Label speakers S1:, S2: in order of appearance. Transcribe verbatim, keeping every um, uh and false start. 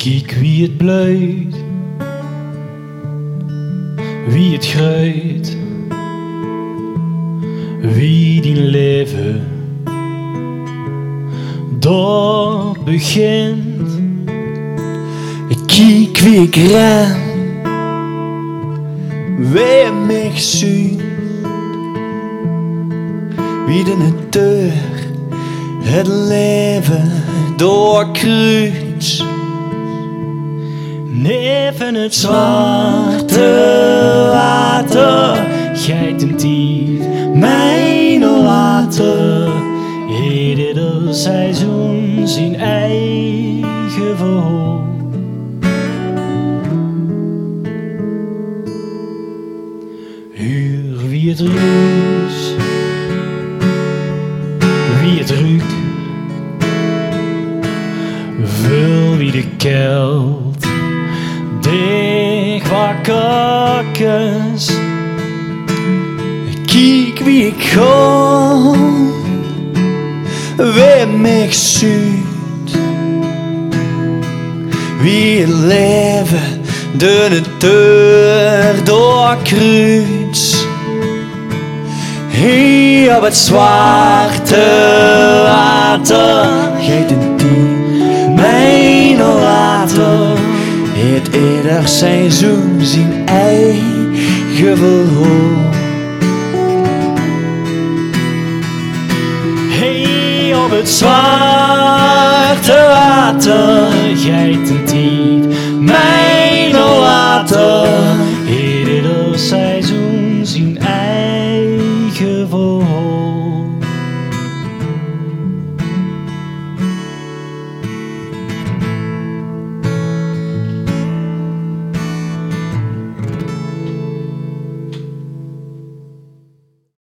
S1: Kijk wie het bluit, wie het gruit, wie die leven dat begint.
S2: Kijk wie ik ren, wie mij zien, wie de natuur het leven doorkruist.
S1: Neven het zwarte water, geitentijd, mijn water. Ieder seizoen zijn eigen verhaal. Huur wie het ruis, wie het ruikt, vul wie de kelt, dicht waar kakens.
S2: Kijk wie ik ga, wie mij ziet, wie het leven de natuur doorkruist. Hier op het zwarte water, geitentijd, mijn water. Het ieder seizoen zijn eigen verhaal.
S1: Hey, op het zwarte water, geitentijd, mijn water.